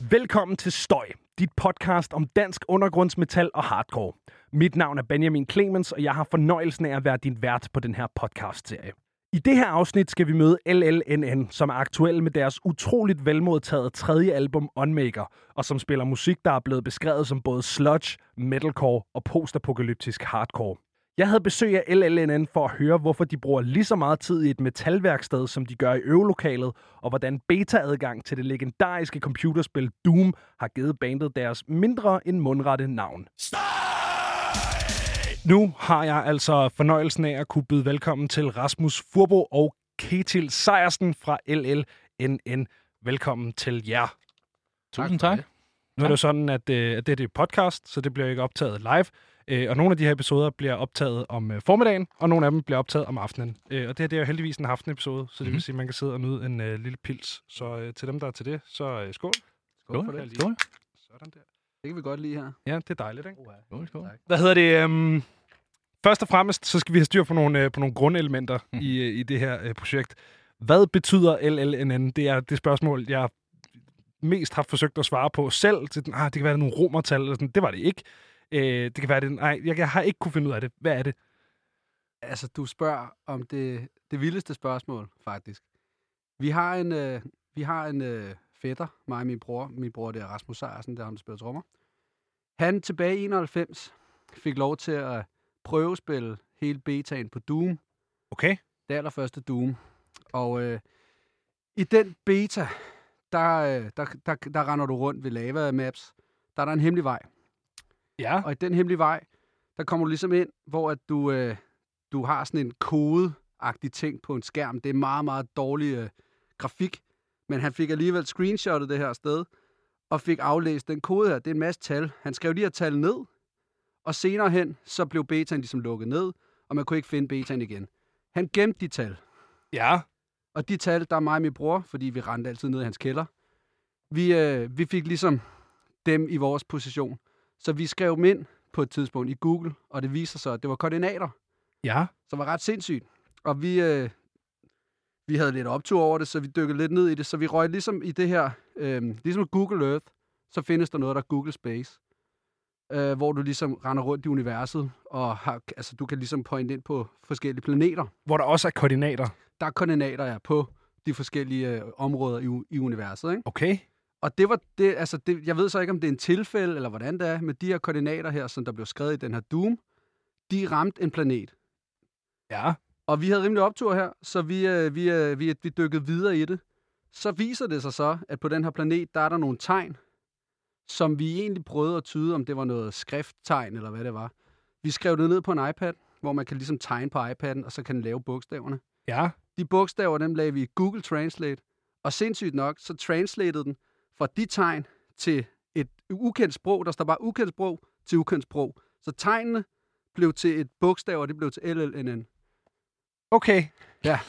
Velkommen til Støj, dit podcast om dansk undergrundsmetal og hardcore. Mit navn er Benjamin Clemens, og jeg har fornøjelsen af at være din vært på den her podcast-serie. I det her afsnit skal vi møde LLNN, som er aktuelle med deres utroligt velmodtaget tredje album Unmaker, og som spiller musik, der er blevet beskrevet som både sludge, metalcore og postapokalyptisk hardcore. Jeg havde besøg af LLNN for at høre, hvorfor de bruger lige så meget tid i et metalværksted, som de gør i øvelokalet, og hvordan beta-adgang til det legendariske computerspil Doom har givet bandet deres mindre end mundrette navn. Nu har jeg altså fornøjelsen af at kunne byde velkommen til Rasmus Furbo og Ketil Sejersen fra LLNN. Velkommen til jer. Tusind tak. Nu er det jo sådan, at det er et podcast, så det bliver ikke optaget live. Og nogle af de her episoder bliver optaget om formiddagen, og nogle af dem bliver optaget om aftenen. Og det er jo heldigvis en aftenepisode, så det vil sige, at man kan sidde og nyde en lille pils. Så til dem, der er til det, så skål. Skål for det. Skål. Sådan der. Det kan vi godt lide her. Ja, det er dejligt, ikke? Skål. Hvad hedder det? Først og fremmest, så skal vi have styr på nogle grundelementer i det her projekt. Hvad betyder LLNN? Det er det spørgsmål, jeg mest har forsøgt at svare på selv. Det kan være nogle romertal, eller sådan. Det var det ikke. Det kan være det. Nej, jeg har ikke kunne finde ud af det. Hvad er det? Altså, du spørger om det vildeste spørgsmål, faktisk. Vi har en fætter, mig og min bror. Min bror, det er Rasmus Sejersen, der ham, der spiller trommer. Han tilbage i 91 fik lov til at prøvespille hele betaen på Doom. Okay. Det allerførste Doom. Og i den beta, der render du rundt ved lava maps. Der er der en hemmelig vej. Ja. Og i den hemmelige vej, der kommer du ligesom ind, hvor at du har sådan en kode-agtig ting på en skærm. Det er meget, meget dårlig grafik, men han fik alligevel screenshottet det her sted, og fik aflæst den kode her. Det er en masse tal. Han skrev de her tal ned, og senere hen, så blev betaen ligesom lukket ned, og man kunne ikke finde betaen igen. Han gemte de tal. Ja. Og de tal, der er mig og min bror, fordi vi rendte altid ned i hans kælder, vi fik ligesom dem i vores position. Så vi skrev dem ind på et tidspunkt i Google, og det viser sig, at det var koordinater. Ja. Som var ret sindssygt. Og vi havde lidt optur over det, så vi dykkede lidt ned i det. Så vi røg ligesom i det her, ligesom Google Earth, så findes der noget, der er Google Space, hvor du ligesom render rundt i universet, og du kan ligesom pointe ind på forskellige planeter. Hvor der også er koordinater. Der er koordinater på de forskellige områder i universet, ikke? Okay. Og det var det, altså det, jeg ved så ikke, om det er en tilfælde, eller hvordan det er, med de her koordinater her, som der blev skrevet i den her Doom, de ramte en planet. Ja. Og vi havde rimelig optur her, så vi dykkede videre i det. Så viser det sig så, at på den her planet, der er der nogle tegn, som vi egentlig prøvede at tyde, om det var noget skrifttegn, eller hvad det var. Vi skrev det ned på en iPad, hvor man kan ligesom tegne på iPad'en, og så kan den lave bogstaverne. Ja. De bogstaver, dem lagde vi i Google Translate, og sindssygt nok, så translated den fra de tegn til et ukendt sprog, der står bare ukendt sprog til ukendt sprog. Så tegnene blev til et bogstav, og det blev til LLNN. Okay. Ja.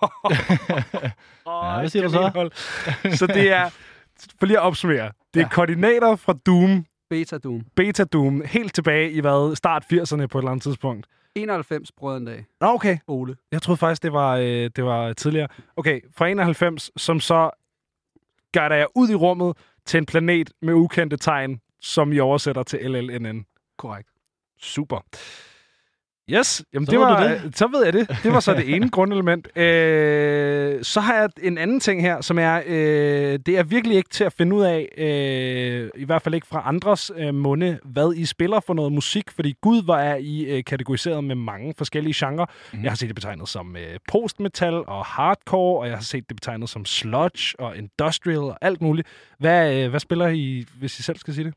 Hvad siger du så? Så det er, for lige at opsummere, det er koordinater fra Doom, Beta Doom, helt tilbage i start 80'erne på et eller andet tidspunkt. 91 brød en dag. Okay. Ole. Jeg troede faktisk, det var tidligere. Okay, fra 91, som så guider jeg ud i rummet til en planet med ukendte tegn, som I oversætter til LLNN. Korrekt. Super. Yes, jamen Så ved jeg det. Det var så det ene grundelement. Så har jeg en anden ting her, som er, det er virkelig ikke til at finde ud af, i hvert fald ikke fra andres munde, hvad I spiller for noget musik, fordi gud, hvor er I kategoriseret med mange forskellige genrer. Jeg har set det betegnet som postmetal og hardcore, og jeg har set det betegnet som sludge og industrial og alt muligt. Hvad spiller I, hvis I selv skal sige det?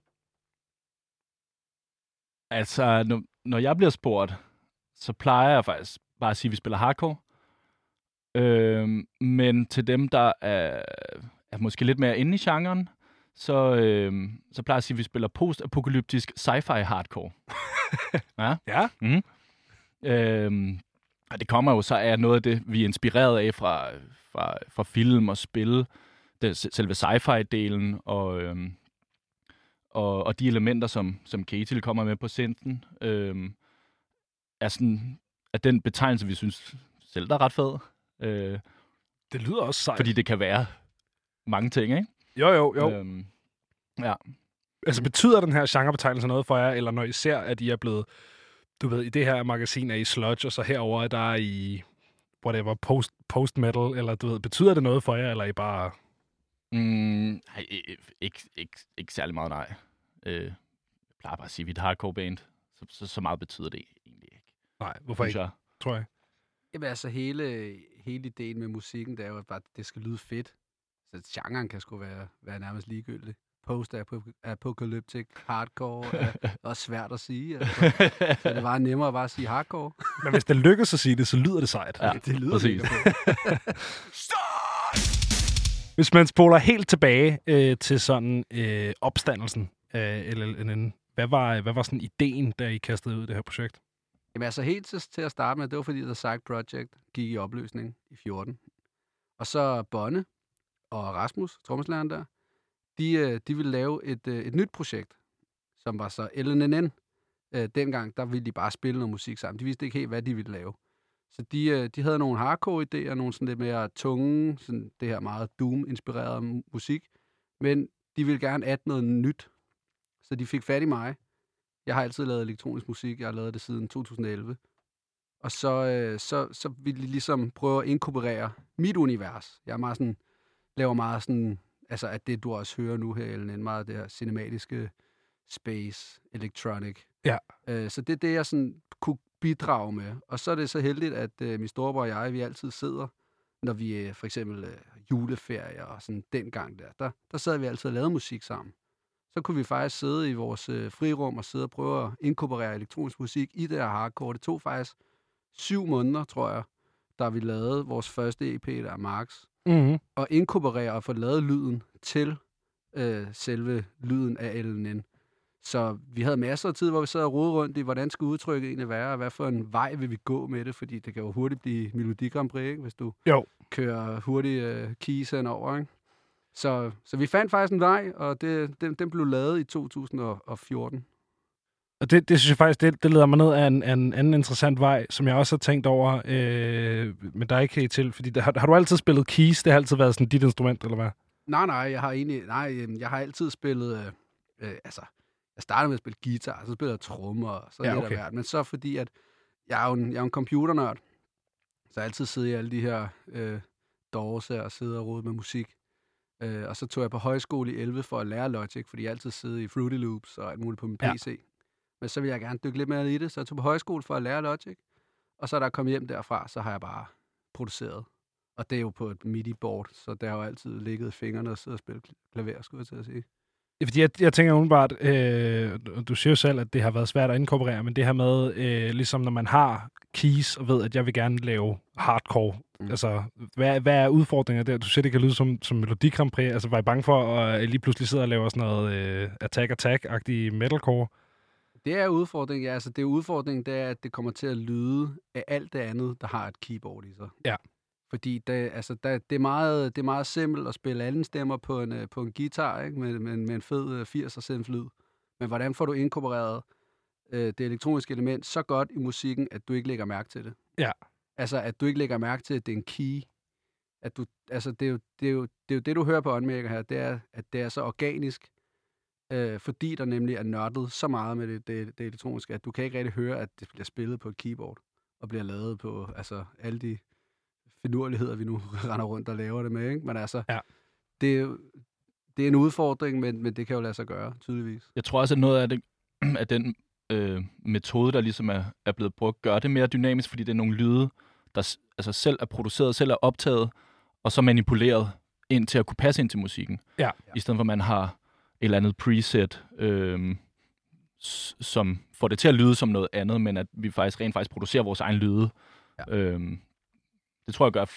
Altså, når jeg bliver spurgt, så plejer jeg faktisk bare at sige, at vi spiller hardcore. Men til dem, der er måske lidt mere inde i genren, så plejer jeg at sige, at vi spiller post-apokalyptisk sci-fi hardcore. Ja. Ja. Mm-hmm. Og det kommer jo så af noget af det, vi er inspireret af fra film og spil. Selve sci-fi-delen og de elementer, som Ketil kommer med på synten, er den betegnelse, vi synes selv, der er ret fed. Det lyder også sejt. Fordi det kan være mange ting, ikke? Jo. Ja. Altså, betyder den her genrebetegnelse noget for jer, eller når I ser, at I er blevet, du ved, i det her magasin er I sludge, og så herover der er I, whatever, post-metal, eller du ved, betyder det noget for jer, eller er I bare... Nej, ikke særlig meget, nej. Jeg plejer bare at sige, at vi er et hardcore band, så meget betyder det egentlig ikke. Nej, hvorfor ikke, tror jeg? Jamen altså, hele ideen med musikken, det er jo bare, at det skal lyde fedt. Så genren kan sgu være nærmest ligegyldig. Post-apocalyptic, hardcore, er også svært at sige. Altså. Så det var nemmere bare at sige hardcore. Men hvis det lykkes at sige det, så lyder det sejt. Ja, det lyder præcis. Hvis man spoler helt tilbage til sådan opstandelsen af LLNN, hvad var sådan ideen, da I kastede ud det her projekt? Jamen altså helt til at starte med, det var fordi The Psych Project gik i opløsning i 14. Og så Bonne og Rasmus, trommeslageren der, de ville lave et nyt projekt, som var så LNNN. Dengang, der ville de bare spille noget musik sammen. De vidste ikke helt, hvad de ville lave. Så de havde nogle hardcore-idéer, nogle sådan lidt mere tunge, sådan det her meget doom-inspirerede musik. Men de ville gerne adde noget nyt. Så de fik fat i mig. Jeg har altid lavet elektronisk musik. Jeg har lavet det siden 2011. Og så ville de ligesom prøve at inkorporere mit univers. Jeg er meget sådan, laver meget sådan, altså at det du også hører nu her, Ellen, meget det her cinematiske space, electronic. Ja. Så det er det, jeg sådan kunne bidrage med. Og så er det så heldigt, at min storebror og jeg, vi altid sidder, når vi for eksempel juleferier og sådan dengang der sad vi altid og lavede musik sammen. Så kunne vi faktisk sidde i vores frirum og sidde og prøve at inkorporere elektronisk musik i det her hardcore. Det tog faktisk 7 måneder, tror jeg, da vi lavede vores første EP, der er Marx, og inkorporere og få lavet lyden til selve lyden af LNN. Så vi havde masser af tid, hvor vi sad og rodede rundt i, hvordan skal udtrykket egentlig være, og hvad for en vej vil vi gå med det, fordi det kan jo hurtigt blive Melodi Grand Prix, ikke? Hvis du kører hurtigt keys henover, ikke? Så vi fandt faktisk en vej, og den blev lavet i 2014. Og det synes jeg faktisk, det leder mig ned af en anden interessant vej, som jeg også har tænkt over, men der er ikke helt til, fordi har du altid spillet keys? Det har altid været sådan dit instrument, eller hvad? Nej, jeg har altid spillet, jeg startede med at spille guitar, så spillede jeg trommer, og så lidt af hvert. Men så fordi, at jeg er jo en computernørd, så jeg altid sidder i alle de her doors og sidder og rode med musik. Og så tog jeg på højskole i 11 for at lære Logic, fordi jeg altid sidder i Fruity Loops og alt muligt på min PC. Men så ville jeg gerne dykke lidt mere i det, så jeg tog på højskole for at lære Logic. Og så da jeg kom hjem derfra, så har jeg bare produceret. Og det er jo på et MIDI-board, så der har jo altid ligget i fingrene og siddet og spillet klaver, skulle jeg til at sige. Fordi jeg tænker umiddelbart, du siger jo selv, at det har været svært at inkorporere, men det her med, ligesom når man har keys og ved, at jeg vil gerne lave hardcore, altså, hvad er udfordringer der? Du siger, det kan lyde som Melodi Grand Prix, altså var I bange for at lige pludselig sidde og lave sådan noget attack-agtig metalcore? Det er udfordringen, ja. Altså, det er udfordringen, det er, at det kommer til at lyde af alt det andet, der har et keyboard i sig. Ja. Fordi det er meget simpelt at spille alle stemmer på en guitar, ikke? Med en fed 80'er lyd. Men hvordan får du inkorporeret det elektroniske element så godt i musikken, at du ikke lægger mærke til det? Ja. Altså, at du ikke lægger mærke til, at det er en key. At du, altså, det er jo det, du hører på Unmaker her, det er, at det er så organisk, fordi der nemlig er nørdet så meget med det elektroniske, at du kan ikke rigtig høre, at det bliver spillet på et keyboard, og bliver lavet på alle de finurligheder, vi nu render rundt og laver det med, ikke? Men altså, det er en udfordring, men det kan jo lade sig gøre, tydeligvis. Jeg tror også, at noget af det, at den metode, der ligesom er blevet brugt, gør det mere dynamisk, fordi det er nogle lyde, der altså selv er produceret, selv er optaget, og så manipuleret ind til at kunne passe ind til musikken. Ja. I stedet for, at man har et eller andet preset, som får det til at lyde som noget andet, men at vi rent faktisk producerer vores egen lyde. Ja. Det tror jeg gør,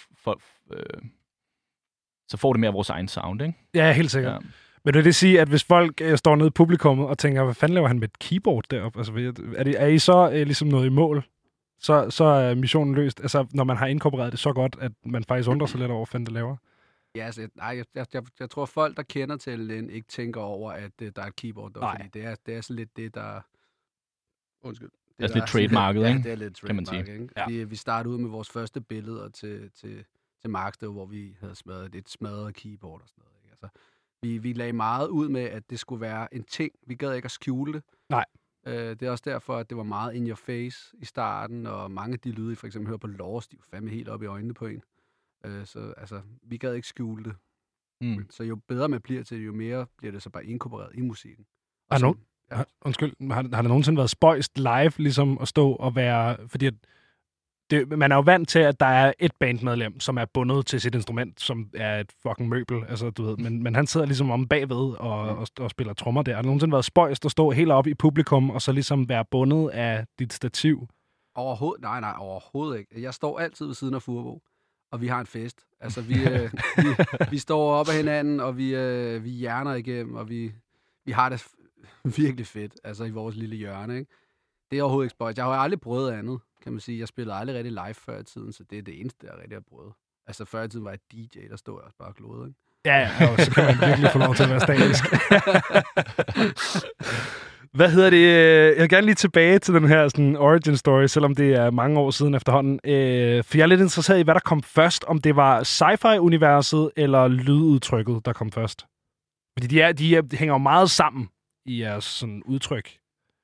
så får det mere vores egen sound, ikke? Ja, helt sikkert. Ja. Men vil det sige, at hvis folk står nede i publikummet og tænker, hvad fanden laver han med et keyboard deroppe? Altså, er I så ligesom noget i mål? Så er missionen løst, altså når man har inkorporeret det så godt, at man faktisk undrer sig lidt over, hvad fanden det laver? Ja, altså, jeg tror, folk, der kender til LN, ikke tænker over, at der er et keyboard der, fordi det er så lidt det, der... Undskyld. Det er lidt trademarket, ikke? Ja, det er lidt trademarket, ikke? Ja. Vi startede ud med vores første billeder til Marks, hvor vi havde smadret et smadret keyboard og sådan noget, ikke? Altså, Vi lagde meget ud med, at det skulle være en ting. Vi gad ikke at skjule det. Nej. Det er også derfor, at det var meget in your face i starten, og mange af de lyde, I for eksempel hører på Lost, de var fandme helt op i øjnene på en. Så altså, vi gad ikke skjule det. Så jo bedre man bliver til det, jo mere bliver det så bare inkorporeret i musikken. Har der nogensinde været spøjst live, ligesom at stå og være... Fordi man er jo vant til, at der er et bandmedlem, som er bundet til sit instrument, som er et fucking møbel, altså du ved. Men han sidder ligesom om bagved og spiller trommer der. Har der nogensinde været spøjst at stå helt oppe i publikum, og så ligesom være bundet af dit stativ? Overhovedet ikke. Jeg står altid ved siden af Furbo, og vi har en fest. Altså, vi står op ad hinanden, og vi hjerner igennem, og vi har det virkelig fedt, altså i vores lille hjørne, ikke? Det er overhovedet ikke spøjst. Jeg har jo aldrig prøvet andet, kan man sige. Jeg spillede aldrig rigtig live før i tiden, så det er det eneste, jeg rigtig har prøvet. Altså, før i tiden var jeg DJ, der stod jeg også bare og glodede, ikke? Ja, så kan man virkelig få lov til at være statisk. Hvad hedder det? Jeg vil gerne lige tilbage til den her sådan, origin story, selvom det er mange år siden efterhånden. For jeg er lidt interesseret i, hvad der kom først. Om det var sci-fi-universet eller lydudtrykket, der kom først. Fordi de hænger jo meget sammen i jeres sådan, udtryk.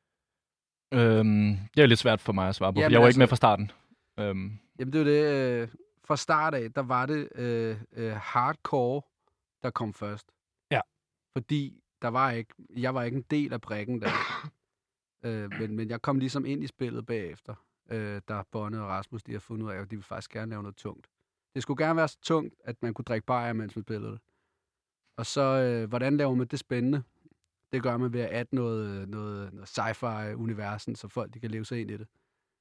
Det er lidt svært for mig at svare på, for jeg var ikke med fra starten. Jamen det er jo det. Fra start af, der var det hardcore, der kom først. Ja. Fordi jeg var ikke en del af brikken der. Men jeg kom ligesom ind i spillet bagefter, da Bonne og Rasmus de har fundet ud af, at de vil faktisk gerne lave noget tungt. Det skulle gerne være så tungt, at man kunne drikke bajer, mens man spillede det. Og så, hvordan laver man det spændende? Det gør man ved at adde noget sci-fi-universen, så folk de kan leve sig ind i det.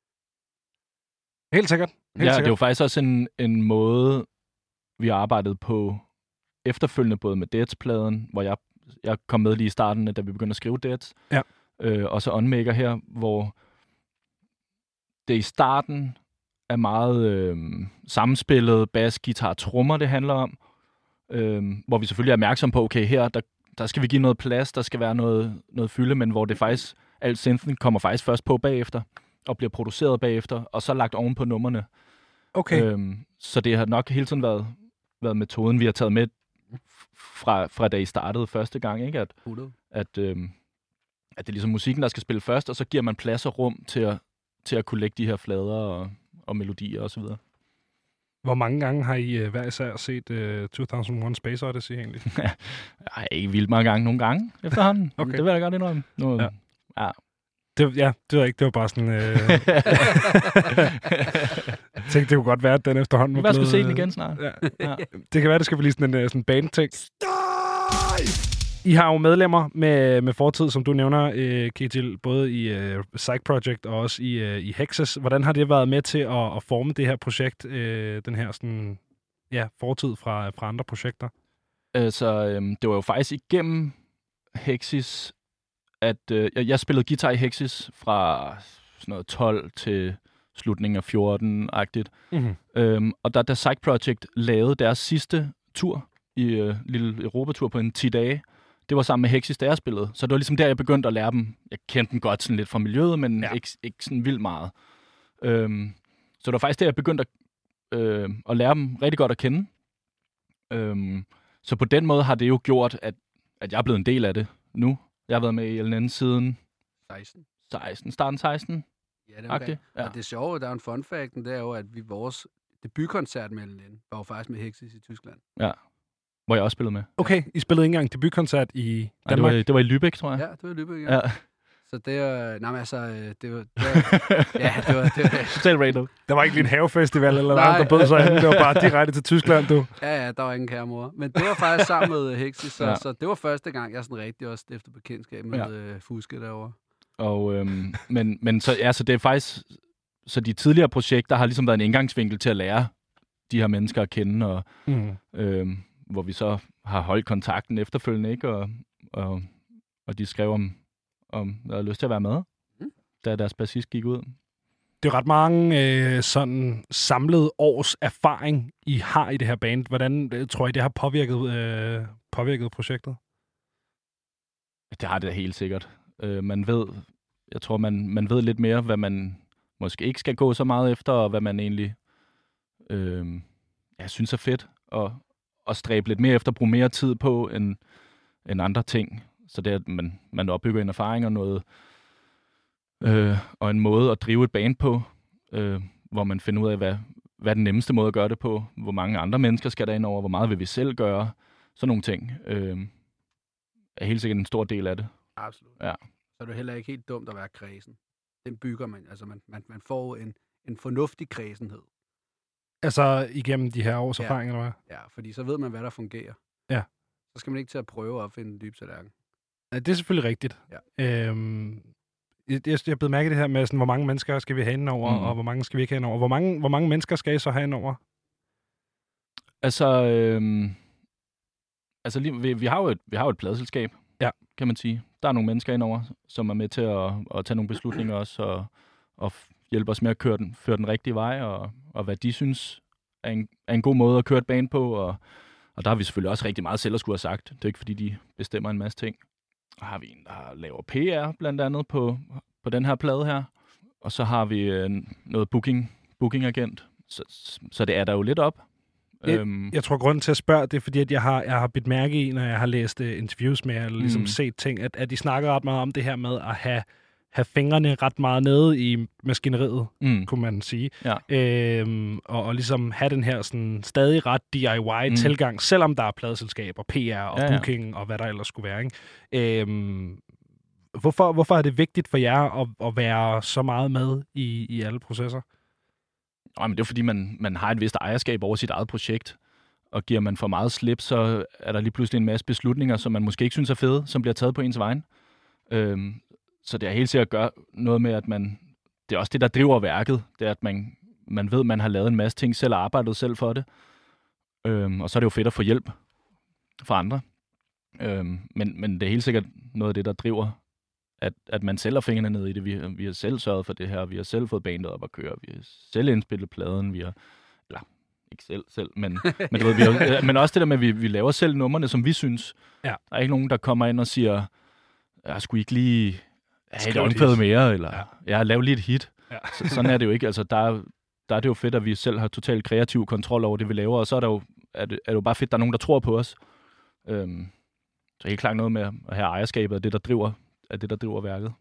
Helt sikkert. Det er jo faktisk også en måde, vi arbejdede på efterfølgende, både med Deads-pladen, hvor jeg kom med lige i starten, da vi begyndte at skrive Deads. Ja. Og så Unmaker her, hvor det i starten er meget sammenspillet bass, guitar, trommer, det handler om. Hvor vi selvfølgelig er opmærksom på, okay, her der skal vi give noget plads, der skal være noget fylde, men hvor det faktisk, alt synthen kommer faktisk først på bagefter, og bliver produceret bagefter, og så lagt oven på numrene. Okay. Så det har nok hele tiden været metoden, vi har taget med fra da I startede første gang, ikke? At det er ligesom musikken, der skal spille først, og så giver man plads og rum til at kunne lægge de her flader og melodier osv. Hvor mange gange har I hver især set 2001 Space Odyssey egentlig? Ej, ikke vildt mange gange. Nogle gange efterhånden. Okay. Det vil jeg godt indrømme. Ja. Det var ikke. Det var bare sådan... Jeg tænkte, det kunne godt være, at den efterhånden var blevet... Hvad skal se den igen snart? Ja. Det kan være, det skal vi lige sådan en band-ting. I har jo medlemmer med fortid, som du nævner, Ketil, både i Psych Project og også i Hexes. Hvordan har det været med til at forme det her projekt, den her sådan, fortid fra andre projekter? Det var jo faktisk igennem Hexes, at jeg spillede guitar i Hexes fra sådan noget 12 til slutningen af 14-agtigt. Mm-hmm. Og da Psych Project lavede deres sidste tur, i lille Europatur på en 10 dage, det var sammen med Hexes, da jeg spillede. Så det var ligesom der, jeg begyndte at lære dem. Jeg kendte dem godt sådan lidt fra miljøet, men ikke sådan vildt meget. Så det var faktisk der, jeg begyndte at lære dem rigtig godt at kende. Så på den måde har det jo gjort, at jeg er blevet en del af det nu. Jeg har været med i LNN siden 16. Starten 16. Ja, det er okay. Ja. Og det er sjovt, der er en fun fact, det er jo, at vores debutkoncert med LNN var jo faktisk med Hexes i Tyskland. Ja. Hvor jeg også spillede med. Okay, I spillede ikke engang debutkoncert i Danmark? Det var i Lübeck, tror jeg. Ja, det var i Lübeck, ja. Så det var... Nej, men altså, det var Total random. Der var ikke lige en havefestival eller noget, der bød sig hen. Det var bare direkte til Tyskland, du. Ja, der var ingen kære mor. Men det var faktisk sammen med Hexes, så det var første gang, jeg sådan rigtig også efter bekendtskab med Fuske derovre. Og, men så det er faktisk... Så de tidligere projekter har ligesom været en indgangsvinkel til at lære de her mennesker at kende, og... hvor vi så har holdt kontakten efterfølgende, ikke? Og de skrev om jeg havde lyst til at være med, da deres bassist gik ud. Det er ret mange sådan samlede års erfaring, I har i det her band. Hvordan tror I, det har påvirket projektet? Det har det da helt sikkert. Jeg tror, man ved lidt mere, hvad man måske ikke skal gå så meget efter, og hvad man egentlig synes er fedt, og stræbe lidt mere efter at bruge mere tid på, end end andre ting. Så det er, at man opbygger en erfaring og noget, og en måde at drive et band på, hvor man finder ud af, hvad er den nemmeste måde at gøre det på, hvor mange andre mennesker skal der ind over, hvor meget vil vi selv gøre, sådan nogle ting. Er helt sikkert en stor del af det. Absolut. Ja. Så er det heller ikke helt dumt at være kredsen. Den bygger man. Altså man får en fornuftig kredsenhed. Altså igennem de her års erfaring, eller hvad? Ja, fordi så ved man, hvad der fungerer. Ja. Så skal man ikke til at prøve at opfinde en dyb tallerken. Ja, det er selvfølgelig rigtigt. Ja. Jeg blev mærke det her med, sådan, hvor mange mennesker skal vi have indover, og hvor mange skal vi ikke have indover. Hvor mange mennesker skal I så have indover? Altså, vi har jo et pladeselskab, kan man sige. Der er nogle mennesker indover, som er med til at tage nogle beslutninger også, og hjælpe os med at føre den rigtige vej, og hvad de synes er en god måde at køre et band på. Og der har vi selvfølgelig også rigtig meget selv at skulle have sagt. Det er ikke, fordi de bestemmer en masse ting. Og har vi en, der laver PR, blandt andet, på den her plade her. Og så har vi noget booking-agent. Så det er der jo lidt op. Jeg tror, grunden til at spørge, det er, fordi at jeg har bidt mærke i, når jeg har læst interviews med jer, eller ligesom set ting, at de snakker ret meget om det her med at have fingrene ret meget nede i maskineriet, kunne man sige. Ja. Og ligesom have den her sådan, stadig ret DIY-tilgang, selvom der er pladeselskaber, PR og booking og hvad der ellers skulle være. Ikke? Hvorfor er det vigtigt for jer at være så meget med i alle processer? Men det er fordi, man har et vist ejerskab over sit eget projekt, og giver man for meget slip, så er der lige pludselig en masse beslutninger, som man måske ikke synes er fede, som bliver taget på ens vejen. Så det er helt sikkert at gøre noget med, at det er også det, der driver værket. Det er, at man ved, at man har lavet en masse ting selv og arbejdet selv for det. Og så er det jo fedt at få hjælp fra andre. Men det er helt sikkert noget af det, der driver, at man selv har fingrene ned i det. Vi har selv sørget for det her. Vi har selv fået bandet op at køre. Vi har selv indspillet pladen. Eller ikke selv, men du ved, men også det der med, at vi laver selv numrene, som vi synes. Ja. Der er ikke nogen, der kommer ind og siger, jeg skulle ikke lige have et omkvæd mere, eller lave lige et hit. Ja. Sådan er det jo ikke. Altså, der er det jo fedt, at vi selv har total kreativ kontrol over det, vi laver, og så er det jo bare fedt, at der er nogen, der tror på os. Så helt klart noget med at have ejerskabet af det, der driver værket.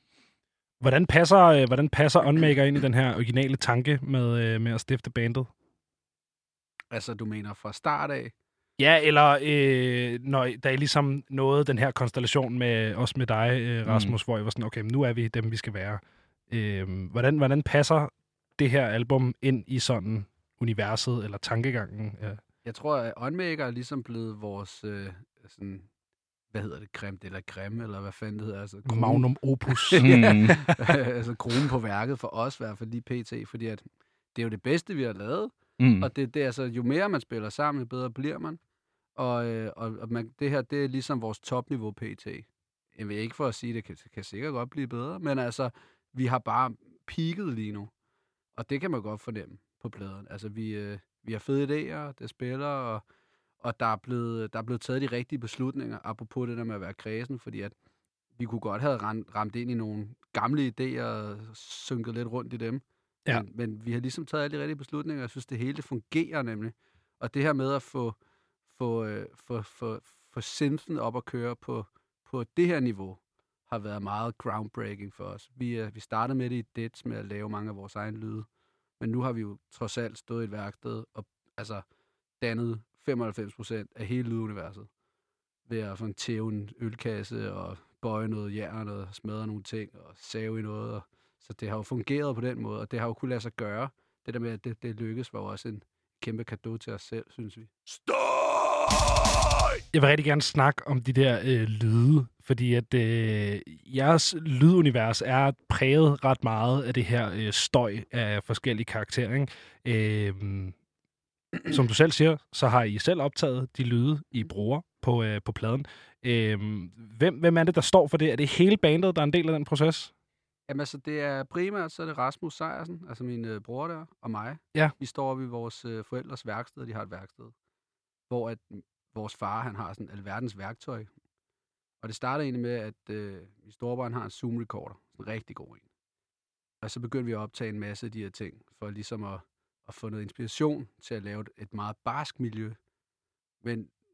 Hvordan passer Unmaker ind i den her originale tanke med at stifte bandet? Altså, du mener fra start af? Ja, eller når der er ligesom noget, den her konstellation med os med dig, Rasmus, hvor jeg var sådan, okay, nu er vi dem, vi skal være. Hvordan passer det her album ind i sådan universet eller tankegangen? Ja. Jeg tror, at Unmaker er ligesom blevet vores, sådan, hvad hedder det, creme, eller hvad fanden det hedder? Altså, Magnum opus. Altså kronen på værket for os, i hvert fald lige pt, fordi at det er jo det bedste, vi har lavet. Og det er altså, jo mere man spiller sammen, jo bedre bliver man. Og det her, det er ligesom vores topniveau pt. Jeg vil ikke for at sige, det kan sikkert godt blive bedre, men altså, vi har bare peaked lige nu. Og det kan man godt fornemme på pladen. Altså, vi har fede idéer, det spiller, og der er blevet taget de rigtige beslutninger, apropos det der med at være kredsen, fordi at vi kunne godt have ramt ind i nogle gamle idéer og synket lidt rundt i dem. Ja. Men vi har ligesom taget alle de rigtige beslutninger, og jeg synes, det hele fungerer nemlig. Og det her med at få synthen op at køre på det her niveau, har været meget groundbreaking for os. Vi startede med det i Dits med at lave mange af vores egne lyde, men nu har vi jo trods alt stået i et værksted og altså dannet 95% af hele lyduniverset ved at tæve en ølkasse og bøje noget jern og smadre nogle ting og save i noget. Så det har jo fungeret på den måde, og det har jo kunnet lade sig gøre. Det der med, at det lykkes, var jo også en kæmpe cadeau til os selv, synes vi. Støj! Jeg vil rigtig gerne snakke om de der lyde, fordi at jeres lydunivers er præget ret meget af det her støj af forskellige karakterer. Som du selv siger, så har I selv optaget de lyde, I bruger på pladen. Hvem er det, der står for det? Er det hele bandet, der er en del af den proces? Jamen altså, det er primært, så er det Rasmus Sejersen, altså min bror der, og mig. Ja. Vi står oppe i vores forældres værksted, de har et værksted, hvor at vores far, han har sådan alverdens værktøj. Og det starter egentlig med, at min storebror har en Zoom-recorder, en rigtig god en. Og så begyndte vi at optage en masse af de her ting, for ligesom at få noget inspiration til at lave et meget barsk miljø. Men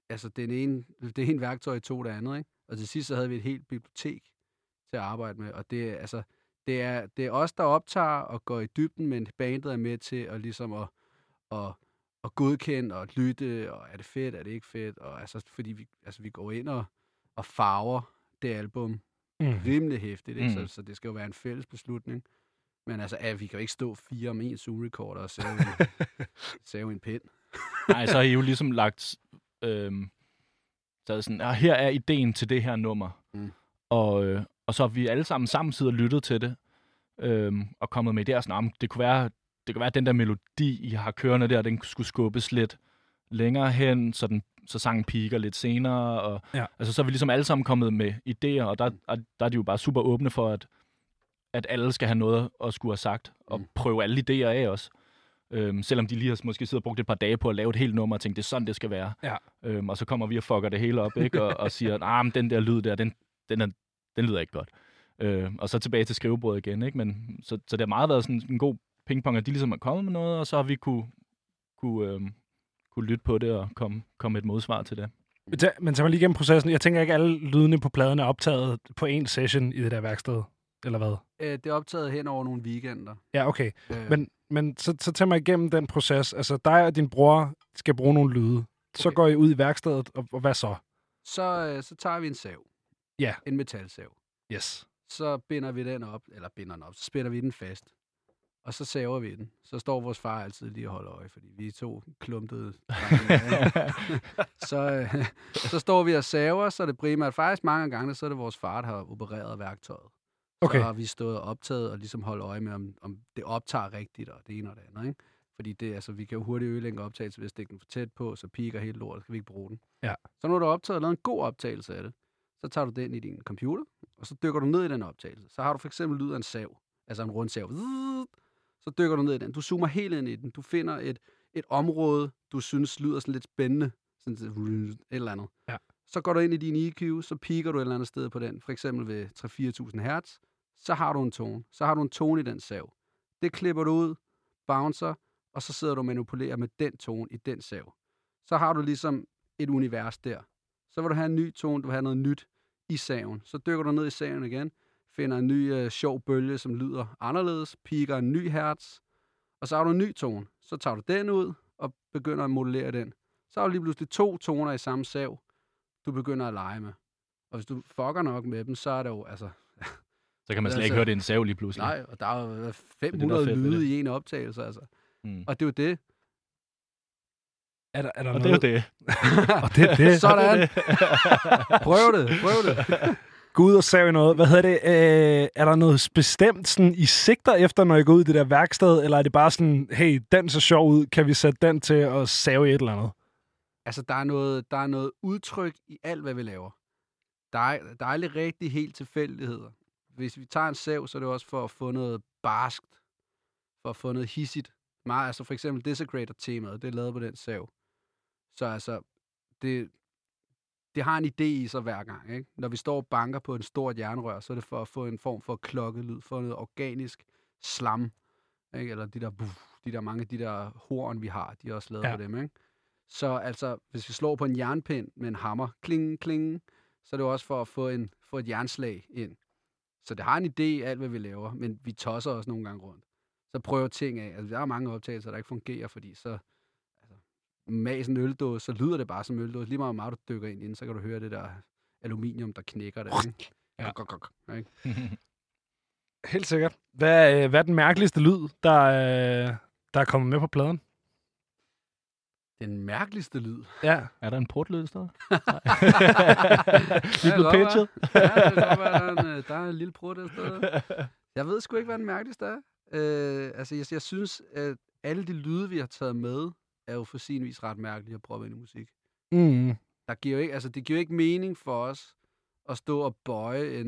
altså, det ene værktøj tog det andet, ikke? Og til sidst så havde vi et helt bibliotek til at arbejde med, og det er, altså, det er os, der optager og går i dybden, men bandet er med til at ligesom at godkende og lytte, og er det fedt, er det ikke fedt, og altså, fordi vi går ind og farver det album rimelig hæftigt, ikke? Så det skal jo være en fælles beslutning. Men altså, vi kan jo ikke stå 4 om en Zoom-recorder og save en pind. Nej, så har I jo ligesom lagt... så er sådan, her er ideen til det her nummer. Og så har vi alle sammen samtidig lyttet til det, og kommet med idéer sådan, det kunne være, at den der melodi, I har kørende der, den skulle skubbes lidt længere hen, så sangen piker lidt senere. Og, altså, så er vi ligesom alle sammen kommet med idéer, og der er de jo bare super åbne for, at alle skal have noget at skulle have sagt, og prøve alle idéer af os. Selvom de lige har måske siddet og brugt et par dage på at lave et helt nummer, og tænkt, det er sådan, det skal være. Ja. Og så kommer vi og fucker det hele op, ikke? og siger, men den der lyd der, den lyder ikke godt. Og så tilbage til skrivebordet igen, ikke? Men, så det har meget været sådan en god pingpong, at de ligesom er kommet med noget, og så har vi kunne lytte på det og komme med et modsvar til det. Men så var lige igennem processen. Jeg tænker ikke, alle lydene på pladen er optaget på en session i det der værksted, eller hvad? Det er optaget hen over nogle weekender. Ja, okay. Men så tager mig igennem den proces. Altså, dig og din bror skal bruge nogle lyde. Så går I ud i værkstedet, og hvad så? Så tager vi en sav. Ja. En metalsav. Yes. Så binder vi den op, så spænder vi den fast. Og så saver vi den. Så står vores far altid lige og holder øje, fordi vi er 2 klumpede. Så står vi og saver, så er det primært faktisk mange gange, så er det vores far, der har opereret værktøjet. Okay. Så har vi stået og optaget og ligesom holdt øje med, om det optager rigtigt, og det ene og det andet, ikke? Fordi det, altså, vi kan jo hurtigt ødelægge optagelse, hvis det ikke er for tæt på, så piker helt lort, så skal vi ikke bruge den. Ja. Så når du har optaget og lavet en god optagelse af det, så tager du den i din computer, og så dykker du ned i den optagelse. Så har du for eksempel lyd af en sav, altså en rundsav. Så dykker du ned i den. Du zoomer helt ind i den. Du finder et område, du synes lyder sådan lidt spændende. Sådan et eller andet. Ja. Så går du ind i din EQ, så piker du et eller andet sted på den. For eksempel ved 3-4.000 hertz. Så har du en tone. Så har du en tone i den sav. Det klipper du ud, bouncer, og så sidder du og manipulerer med den tone i den sav. Så har du ligesom et univers der. Så vil du have en ny tone, du vil have noget nyt i saven. Så dykker du ned i saven igen, finder en ny sjov bølge, som lyder anderledes, piker en ny hertz, og så har du en ny tone. Så tager du den ud og begynder at modellere den. Så har du lige pludselig 2 toner i samme sav, du begynder at lege med. Og hvis du fucker nok med dem, så er det jo, altså... Så kan man slet ikke høre det en sav lige pludselig. Nej, og der er jo 500 lyde i en optagelse, altså. Og det er jo det. Er der og noget? Det er jo det. Og det er det. Sådan. Prøv det. Gå ud og save noget. Hvad hedder det? Er der noget bestemt, sådan, I sigter efter, når I går ud i det der værksted? Eller er det bare sådan, hey, den ser sjov ud. Kan vi sætte den til at save et eller andet? Altså, der er noget udtryk i alt, hvad vi laver. Der er aldrig rigtig helt tilfældigheder. Hvis vi tager en sav, så er det også for at få noget barskt. For at få noget hissigt. Meget, altså for eksempel Desecrator-temaet, det er lavet på den sav. Så altså, det har en idé i sig hver gang, ikke? Når vi står og banker på en stort jernrør, så er det for at få en form for klokkelyd, for noget organisk slam, ikke? Eller mange af de der horn, vi har, de er også lavet på dem, ikke? Så altså, hvis vi slår på en jernpind med en hammer, kling, kling, så er det også for at få et jernslag ind. Så det har en idé i alt, hvad vi laver, men vi tosser også nogle gange rundt. Så prøver ting af. Altså, der er mange optagelser, der ikke fungerer, fordi så mas en øldåse, så lyder det bare som øldåse. Lige meget du dykker ind i den, så kan du høre det der aluminium, der knækker der. Ikke? Ja. Ikke? Helt sikkert. Hvad er den mærkeligste lyd, der er kommet med på pladen? Den mærkeligste lyd? Ja. Er der en portlyd i stedet? Vi blev pitchet. Ja, det kan godt være, der er en lille port i stedet. Jeg ved sgu ikke, hvad den mærkeligste er. Altså, jeg synes, at alle de lyde, vi har taget med, er jo for sin vis ret mærkelige at prøve ind i musik. Det giver jo ikke mening for os at stå og bøje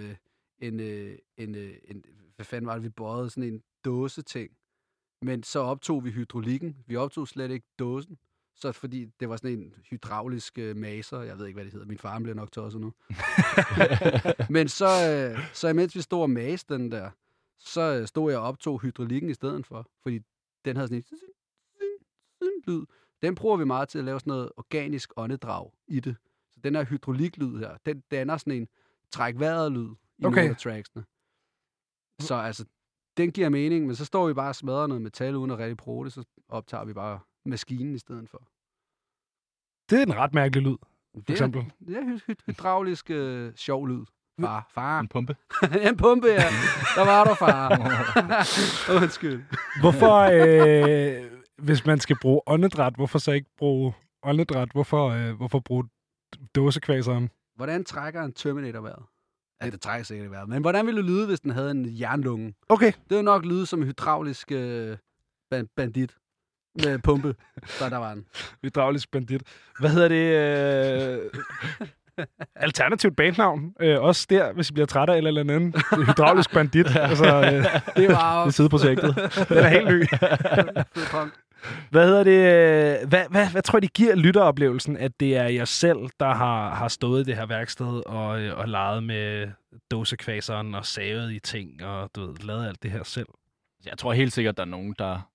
hvad fanden var det, vi bøjede? Sådan en dåse-ting. Men så optog vi hydraulikken. Vi optog slet ikke dåsen. Så fordi det var sådan en hydraulisk maser. Jeg ved ikke, hvad det hedder. Min far bliver nok tosset nu. Men så imens vi stod og maste den der, så stod jeg og optog hydraulikken i stedet for. Fordi den havde sådan en lyd. Den bruger vi meget til at lave sådan noget organisk åndedrag i det. Så den her hydrauliklyd her, den danner sådan en træk vejret-lyd i nogle af tracksene. Så altså, den giver mening, men så står vi bare og smadrer noget metal uden at rigtig bruge det, så optager vi bare maskinen i stedet for. Det er en ret mærkelig lyd, for eksempel. Det er hydraulisk sjov lyd. Far. En pumpe. En pumpe, ja. Der var du, far. Undskyld. Hvorfor, hvis man skal bruge åndedræt, hvorfor så ikke bruge åndedræt? Hvorfor bruge dåsekvaseren? Hvordan trækker en Terminator vejret? Ja, det trækker sikkert i vejret. Men hvordan ville det lyde, hvis den havde en jernlunge? Okay. Det ville nok lyde som en hydraulisk bandit med pumpe. Så der var den. Hydraulisk bandit. Hvad hedder det? Alternativt bandnavn. Også der, hvis I bliver træt af eller andet. Hydraulisk bandit. Altså, det var det sideprojektet. Den er helt ny. Hvad hedder det? Hvad tror I, det giver lytteroplevelsen, at det er jer selv, der har stået i det her værksted og leget med dåsekvaseren og savet i ting og du ved, lavet alt det her selv? Jeg tror helt sikkert, der er nogen, der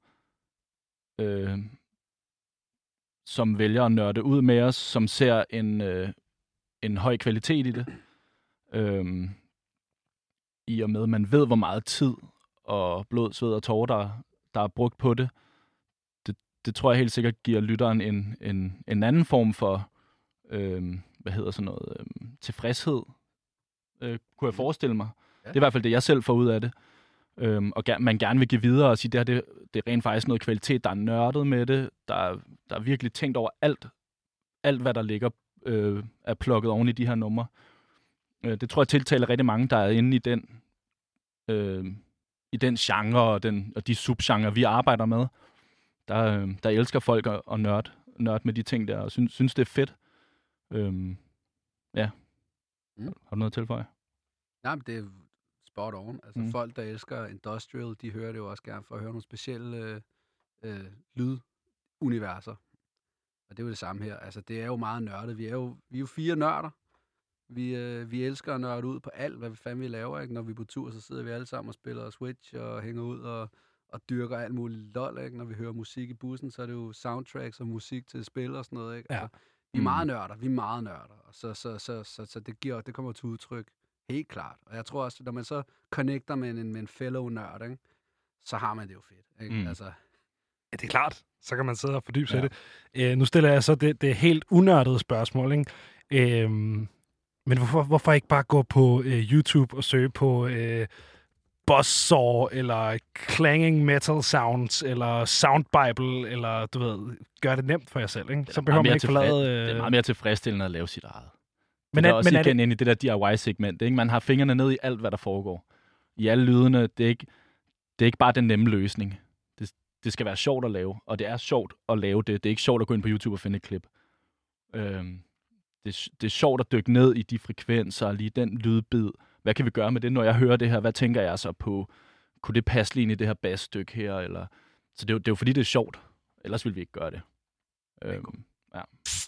som vælger at nørde ud med os, som ser en høj kvalitet i det. I og med, at man ved, hvor meget tid og blod, sved og tårer, der er brugt på det. Det tror jeg helt sikkert giver lytteren en anden form for tilfredshed, kunne jeg forestille mig. Ja. Det er i hvert fald det, jeg selv får ud af det. Og man gerne vil give videre og sige, det her det er rent faktisk noget kvalitet, der er nørdet med det. Der er virkelig tænkt over alt hvad der ligger, er plukket oven i de her numre. Det tror jeg tiltaler rigtig mange, der er inde i den genre og de subgenre, vi arbejder med. Der elsker folk at nørde med de ting der, og synes det er fedt. Ja. Har du noget at tilføje? Nej, men det er spot on. Altså folk, der elsker industrial, de hører det jo også gerne for at høre nogle specielle lyduniverser. Og det er jo det samme her. Altså, det er jo meget nørdet. Vi er jo 4 nørder. Vi elsker at nørde ud på alt, hvad fanden vi laver. Ikke? Når vi er på tur, så sidder vi alle sammen og spiller Switch og hænger ud og dyrker alt muligt lol. Ikke? Når vi hører musik i bussen, så er det jo soundtracks og musik til spil og sådan noget. Ikke? Ja. Altså, vi er meget nørder. Og så det kommer til udtryk helt klart. Og jeg tror også, når man så connecter med en fellow nørd, ikke? Så har man det jo fedt. Ikke? Altså, ja, det er klart. Så kan man sidde og fordybe sig i det. Nu stiller jeg så det helt unørdede spørgsmål. Ikke? Men hvorfor ikke bare gå på YouTube og søge på buzzsaw, eller clanging metal sounds, eller sound bible, eller du ved, gør det nemt for jer selv. Ikke? Så behøver man ikke forlade... Det er meget mere tilfredsstillende at lave sit eget. Men det er også igen ind i det der DIY-segment. Ikke? Man har fingrene ned i alt, hvad der foregår. I alle lydene. Det er ikke bare den nemme løsning. Det skal være sjovt at lave, og det er sjovt at lave det. Det er ikke sjovt at gå ind på YouTube og finde et klip. Det er sjovt at dykke ned i de frekvenser, lige den lydbid. Hvad kan vi gøre med det, når jeg hører det her? Hvad tænker jeg så på? Kunne det passe lige ind i det her bassstykke her? Eller... Så det er jo fordi, det er sjovt. Ellers ville vi ikke gøre det. Ja.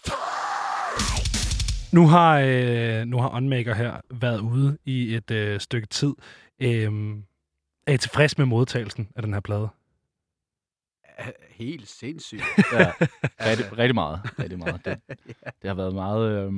Nu har Unmaker her været ude i et stykke tid. Er I tilfreds med modtagelsen af den her plade? Helt sindssygt. Ja, rigtig meget. Det har været meget,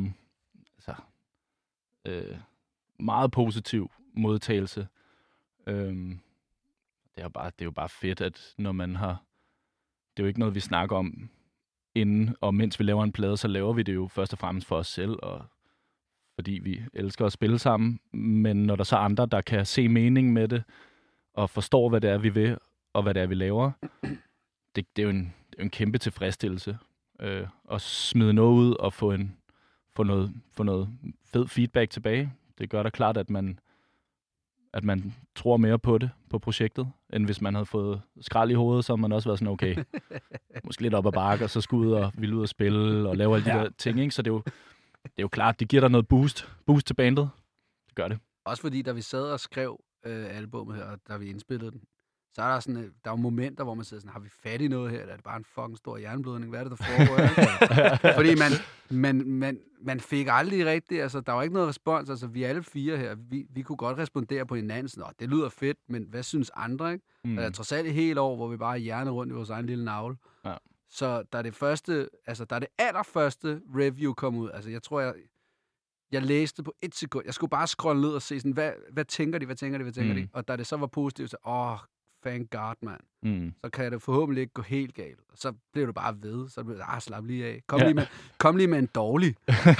meget positiv modtagelse. Det er jo bare fedt, at når man har... Det er jo ikke noget, vi snakker om inden, og mens vi laver en plade, så laver vi det jo først og fremmest for os selv, og fordi vi elsker at spille sammen. Men når der så er andre, der kan se mening med det, og forstår, hvad det er, vi vil, og hvad det er, vi laver, det er jo en kæmpe tilfredsstillelse. At smide noget ud og få noget fed feedback tilbage. Det gør da klart, at man tror mere på det, på projektet, end hvis man havde fået skrald i hovedet, så har man også været sådan, okay, måske lidt op ad bakke, og så skulle ud og ville ud og spille, og lave alle de der ting, ikke? Så det er jo klart, det giver dig noget boost til bandet. Det gør det. Også fordi, da vi sad og skrev albumet her, og da vi indspillede den, så er der er jo momenter, hvor man sidder sådan, har vi fat i noget her, eller er det bare en fucking stor jernblødning? Hvad er det, der foregår? Fordi man fik aldrig rigtigt, altså der var ikke noget respons, altså vi alle 4 her, vi kunne godt respondere på hinanden, sådan, det lyder fedt, men hvad synes andre, ikke? Og der er trods alt et helt år, hvor vi bare hjerner rundt i vores egen lille navle. Ja. Så der er det første, altså der er det allerførste review kom ud. Altså jeg tror, jeg læste på 1 sekund. Jeg skulle bare scrolle ned og se sådan, hvad tænker de? Og da det så var positivt, så thank God, mand. Så kan det forhåbentlig ikke gå helt galt. Og så bliver du bare ved. Så bliver du, slap lige af. Kom lige med en dårlig.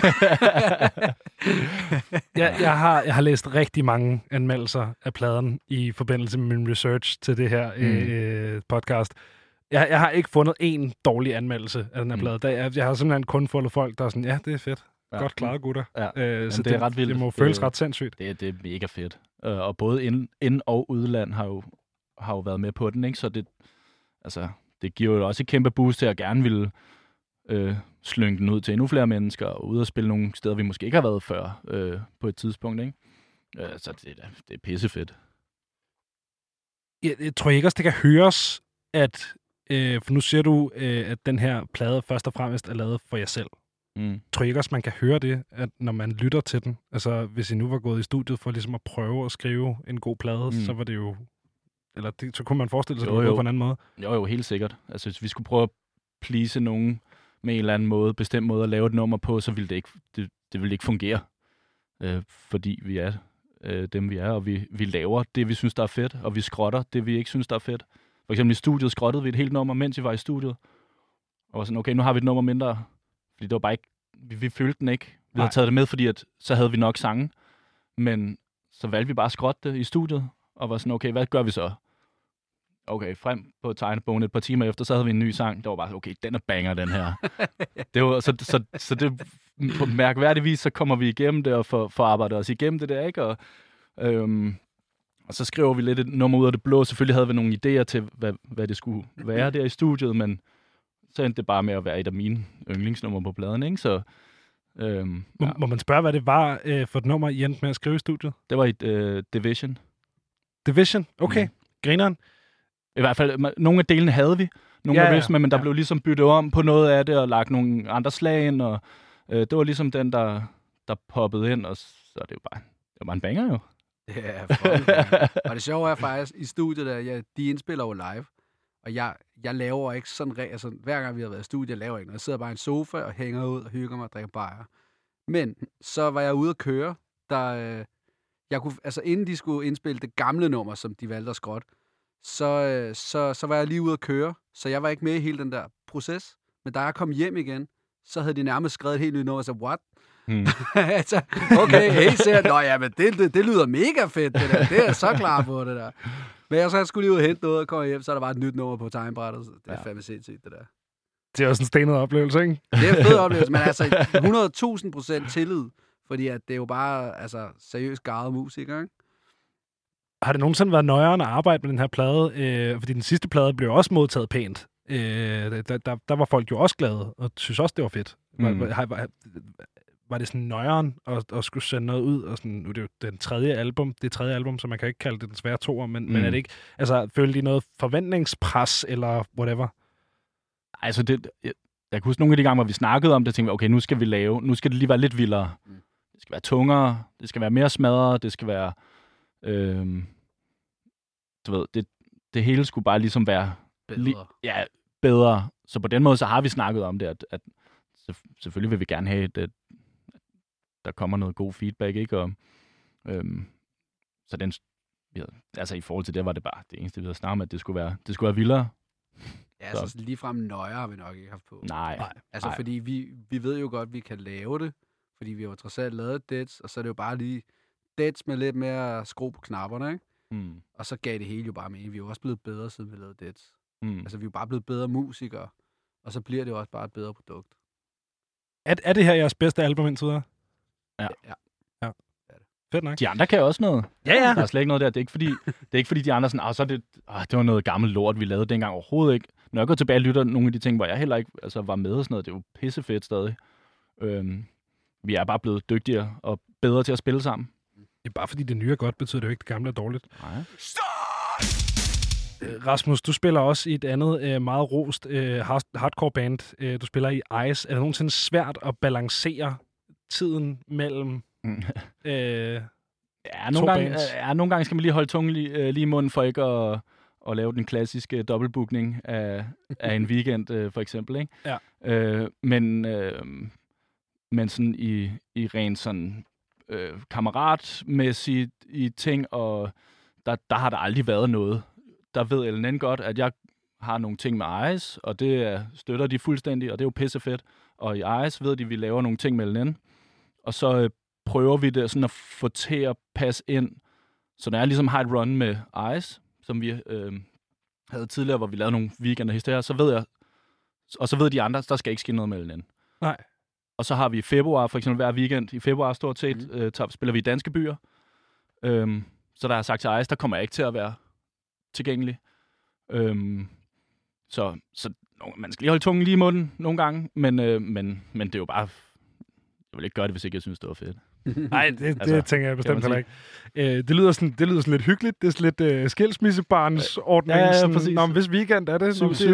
Jeg har læst rigtig mange anmeldelser af pladen i forbindelse med min research til det her podcast. Jeg har ikke fundet en dårlig anmeldelse af den her plade. Jeg har simpelthen kun fundet folk, der er sådan, ja, det er fedt. Ja. Godt klaret, gutter. Ja. Så det er ret vildt. Det må føles ret sindssygt. Det er mega fedt. Og både ind- og udland har jo været med på den, ikke? Så det giver jo også et kæmpe boost til at gerne ville slynge den ud til endnu flere mennesker, og ud og spille nogle steder, vi måske ikke har været før på et tidspunkt, ikke? Så det er pissefedt. Jeg tror ikke også, det kan høres, at for nu siger du, at den her plade først og fremmest er lavet for jer selv. Tror I ikke også, man kan høre det, at når man lytter til den? Altså, hvis I nu var gået i studiet for ligesom at prøve at skrive en god plade, så var det jo... Eller så kunne man forestille sig, at det var på en anden måde. Jo, helt sikkert. Altså, hvis vi skulle prøve at please nogen med en eller anden måde, bestemt måde at lave et nummer på, så ville det ikke, det ville ikke fungere. Fordi vi er dem, vi er, og vi laver det, vi synes, der er fedt, og vi skrotter det, vi ikke synes, der er fedt. For eksempel i studiet skrottede vi et helt nummer, mens vi var i studiet. Og var sådan, okay, nu har vi et nummer mindre. Fordi det var bare ikke... Vi følte den ikke. Vi havde taget det med, fordi at, så havde vi nok sange. Men så valgte vi bare at skrotte det i studiet. Og var sådan, okay, hvad gør vi så? Okay, frem på tegnebogen et par timer efter, så havde vi en ny sang. Det var bare, okay, den er banger, den her. Det var, så det på mærkværdigvis, så kommer vi igennem det og får arbejdet os igennem det der, ikke? Og så skriver vi lidt et nummer ud af det blå. Selvfølgelig havde vi nogle idéer til, hvad det skulle være der i studiet, men så endte det bare med at være et af mine yndlingsnummer på pladen, ikke? Så, Må man spørge, hvad det var for et nummer, I endte med at skrive i studiet? Det var et Division. Division? Okay. Grineren. I hvert fald, nogle af delene havde vi. Nogle af riffs, men der blev ligesom byttet om på noget af det, og lagt nogle andre slag ind, og det var ligesom den, der poppede ind, og så det var bare en banger jo. Ja, og det sjove er faktisk, i studiet der, de indspiller jo live, og jeg laver ikke sådan, altså hver gang vi har været i studiet, jeg laver ikke noget. Jeg sidder bare i en sofa og hænger ud og hygger mig og drikker bajer. Men så var jeg ude at køre, jeg kunne, altså inden de skulle indspille det gamle nummer, som de valgte at skrotte, så var jeg lige ude at køre, så jeg var ikke med i hele den der proces. Men da jeg kom hjem igen, så havde de nærmest skrevet et helt nyt nummer, og så what? Altså, okay, helt sikkert. Nå ja, men det lyder mega fedt, det der. Det er jeg så klar på, det der. Men jeg skulle lige ud og hente noget og komme hjem, så er der bare et nyt nummer på tegnbrættet. Det er fandme sindssygt, det der. Det er også en stenet oplevelse, ikke? Det er en fed oplevelse, men altså 100.000% tillid, fordi at det er jo bare altså, seriøst garvet musikere, ikke? Har det nogensinde været nøjeren at arbejde med den her plade? Fordi den sidste plade blev også modtaget pænt. Der var folk jo også glade, og synes også, det var fedt. Var det sådan nøjeren at skulle sende noget ud? Og sådan, nu er det jo det tredje album, så man kan ikke kalde det den svære toer, men er det ikke... Altså, følte de noget forventningspres, eller whatever? Altså, jeg kan huske nogle af de gange, hvor vi snakkede om det, tænkte vi, okay, nu skal det lige være lidt vildere. Det skal være tungere, det skal være mere smadret, det skal være... du ved, det hele skulle bare ligesom være... Bedre. Bedre. Så på den måde, så har vi snakket om det, at selvfølgelig vil vi gerne have, at der kommer noget god feedback, ikke? Og, så den... Altså, i forhold til det, var det bare det eneste, vi havde snakket om, at det skulle være vildere. Ja, så ligefrem nøjere har vi nok ikke haft på. Nej. Altså, fordi vi ved jo godt, at vi kan lave det, fordi vi har jo trods alt lavet Deads, og så er det jo bare lige Deads med lidt mere skru på knapperne, ikke? Og så gav det hele jo bare mening. Vi er jo også blevet bedre, siden vi lavede Deads. Altså, vi er jo bare blevet bedre musikere, og så bliver det jo også bare et bedre produkt. Er det her jeres bedste album indtil videre? Ja. Fedt nok. De andre kan også noget. Ja. Der er slet ikke noget der. Det er ikke fordi de andre sådan, det var noget gammelt lort, vi lavede dengang overhovedet ikke. Når jeg går tilbage og lytter nogle af de ting, hvor jeg heller ikke var med og sådan noget, det er jo pissefedt stadig. Vi er bare blevet dygtigere og bedre til at spille sammen. Ja, bare fordi det nye er godt, betyder det jo ikke, det gamle er dårligt. Nej. Rasmus, du spiller også i et andet meget rost hardcore band. Du spiller i Ice. Er det nogensinde svært at balancere tiden mellem nogle gange skal man lige holde tungen lige i munden for ikke at lave den klassiske dobbeltbookning af en weekend, for eksempel. Ikke? Ja. Men sådan i rent sådan kammeratmæssigt i ting, og der har der aldrig været noget. Der ved LNN godt, at jeg har nogle ting med Ice, og det støtter de fuldstændig, og det er jo pissefedt. Og i Ice ved de, at vi laver nogle ting med LNN, og så prøver vi det sådan at få til at passe ind. Så når jeg ligesom har et run med Ice, som vi havde tidligere, hvor vi lavede nogle weekender historier, så ved jeg, og så ved de andre, der skal ikke ske noget med LNN. Nej. Og så har vi i februar, for eksempel hver weekend, i februar stort set, spiller vi i danske byer. Så der har jeg sagt til Ice, der kommer jeg ikke til at være tilgængelig. Så man skal lige holde tungen lige i munden nogle gange, men det er jo bare... Jeg vil ikke gøre det, hvis ikke jeg synes, det var fedt. Nej, det tænker jeg bestemt heller ikke. Det lyder sådan lidt hyggeligt. Det er sådan lidt skilsmissebarnsordning. Ja, præcis. Nå, hvis weekend er det.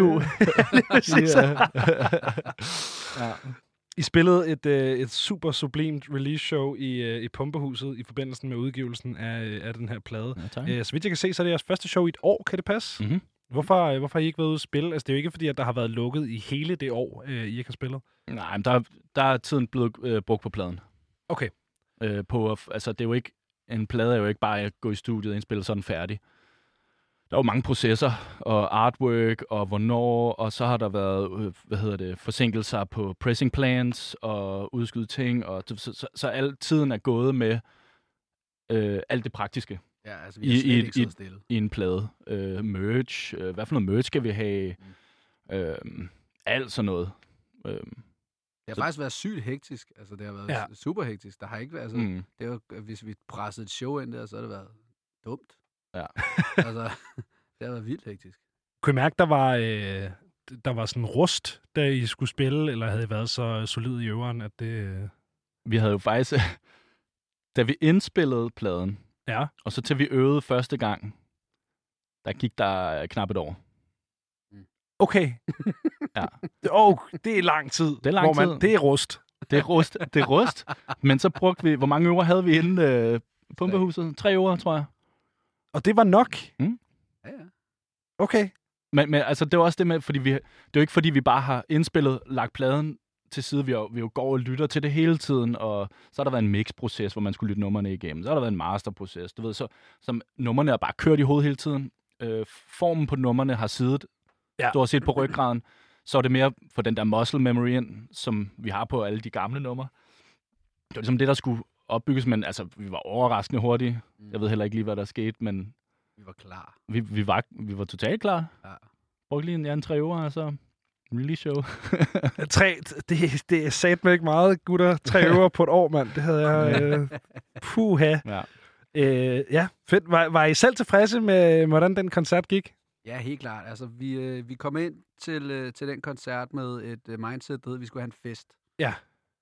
7-7. Ja. I spillede et super sublimt release-show i Pumpehuset i forbindelse med udgivelsen af den her plade. Ja, så vidt jeg kan se, så er det jeres første show i et år. Kan det passe? Mm-hmm. Hvorfor har I ikke været ude at spille? Altså, det er jo ikke fordi, at der har været lukket i hele det år, I ikke har spillet. Nej, men der er tiden blevet brugt på pladen. Okay. Altså, det er jo ikke... En plade er jo ikke bare at gå i studiet og indspille sådan færdig. Der er jo mange processer, og artwork, og hvornår, og så har der været, forsinkelser på pressing plans, og udskyde ting, og så al tiden er gået med alt det praktiske. Ja, altså vi har slet ikke siddet stille. I en plade. Merch, hvad for noget merch skal vi have? Alt sådan noget. Det har faktisk været sygt hektisk. Altså, det har været super hektisk. Der har ikke været... Altså, det er jo, hvis vi pressede et show ind der, så har det været dumt. Ja. Altså, det har været vildt hektisk. Kunne I mærke, der var sådan rust, da I skulle spille, eller havde I været så solid i øveren, at det... Vi havde jo faktisk... Da vi indspillede pladen, og så til vi øvede første gang, der gik der knap et år. Okay. Ja. Det er lang tid. Det er lang tid. Det er rust. Det er rust. Men så brugte vi... Hvor mange uger havde vi inden Pumpehuset? 3 uger, tror jeg. Og det var nok? Ja. Okay. Men altså, det var også det med, fordi det er jo ikke fordi, vi bare har indspillet, lagt pladen til side. Vi jo går og lytter til det hele tiden, og så har der været en mix-proces, hvor man skulle lytte numrene igennem. Så har der været en master-proces. Du ved, så numrene er bare kørt i hovedet hele tiden. Formen på numrene har siddet stort set på ryggraden. Så er det mere for den der muscle memory ind, som vi har på alle de gamle numre. Det var ligesom det, der skulle opbygges, men altså, vi var overraskende hurtige. Jeg ved heller ikke lige, hvad der skete, men... Vi var klar. Vi var totalt klar. Ja. Brugte lige en 3 uger, og så release show. 3, det er satme ikke meget, gutter. 3 uger på et år, mand. Det havde jeg... puha. Ja, fedt. Var I selv tilfredse med, hvordan den koncert gik? Ja, helt klart. Altså, vi kom ind til den koncert med et mindset, der hed, at vi skulle have en fest. Ja.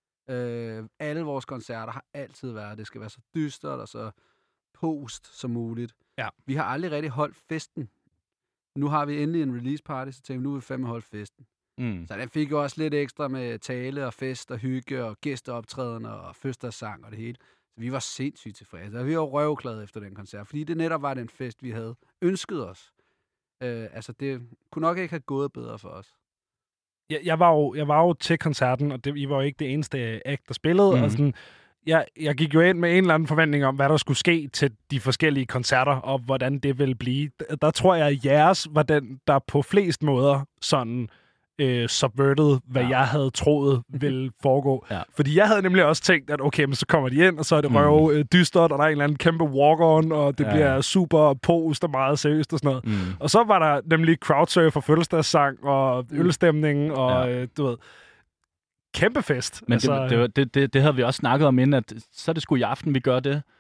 Alle vores koncerter har altid været, det skal være så dystert og så post som muligt. Ja. Vi har aldrig rigtig holdt festen. Nu har vi endelig en release party, så tænker vi, nu vil vi fandme holde festen. Så den fik jo også lidt ekstra med tale og fest og hygge og gæsteoptræden og fødselsdagssang og det hele. Så vi var sindssygt tilfredse. Vi var røvglade efter den koncert, fordi det netop var den fest, vi havde ønsket os. Altså, det kunne nok ikke have gået bedre for os. Jeg var jo til koncerten, og I var jo ikke det eneste act, der spillede. Og sådan, jeg gik jo ind med en eller anden forventning om, hvad der skulle ske til de forskellige koncerter, og hvordan det ville blive. Der tror jeg, at jeres var den, der på flest måder sådan subverted, hvad jeg havde troet ville foregå. Ja. Fordi jeg havde nemlig også tænkt, at okay, men så kommer de ind, og så er det røv dystert, og der er en eller anden kæmpe walk-on, og det bliver super post og meget seriøst og sådan noget. Og så var der nemlig crowdsurf og fødselsdagssang og ølstemning, og du ved, kæmpe fest. Men altså, det havde vi også snakket om inden, at så er det sgu i aften, vi gør det.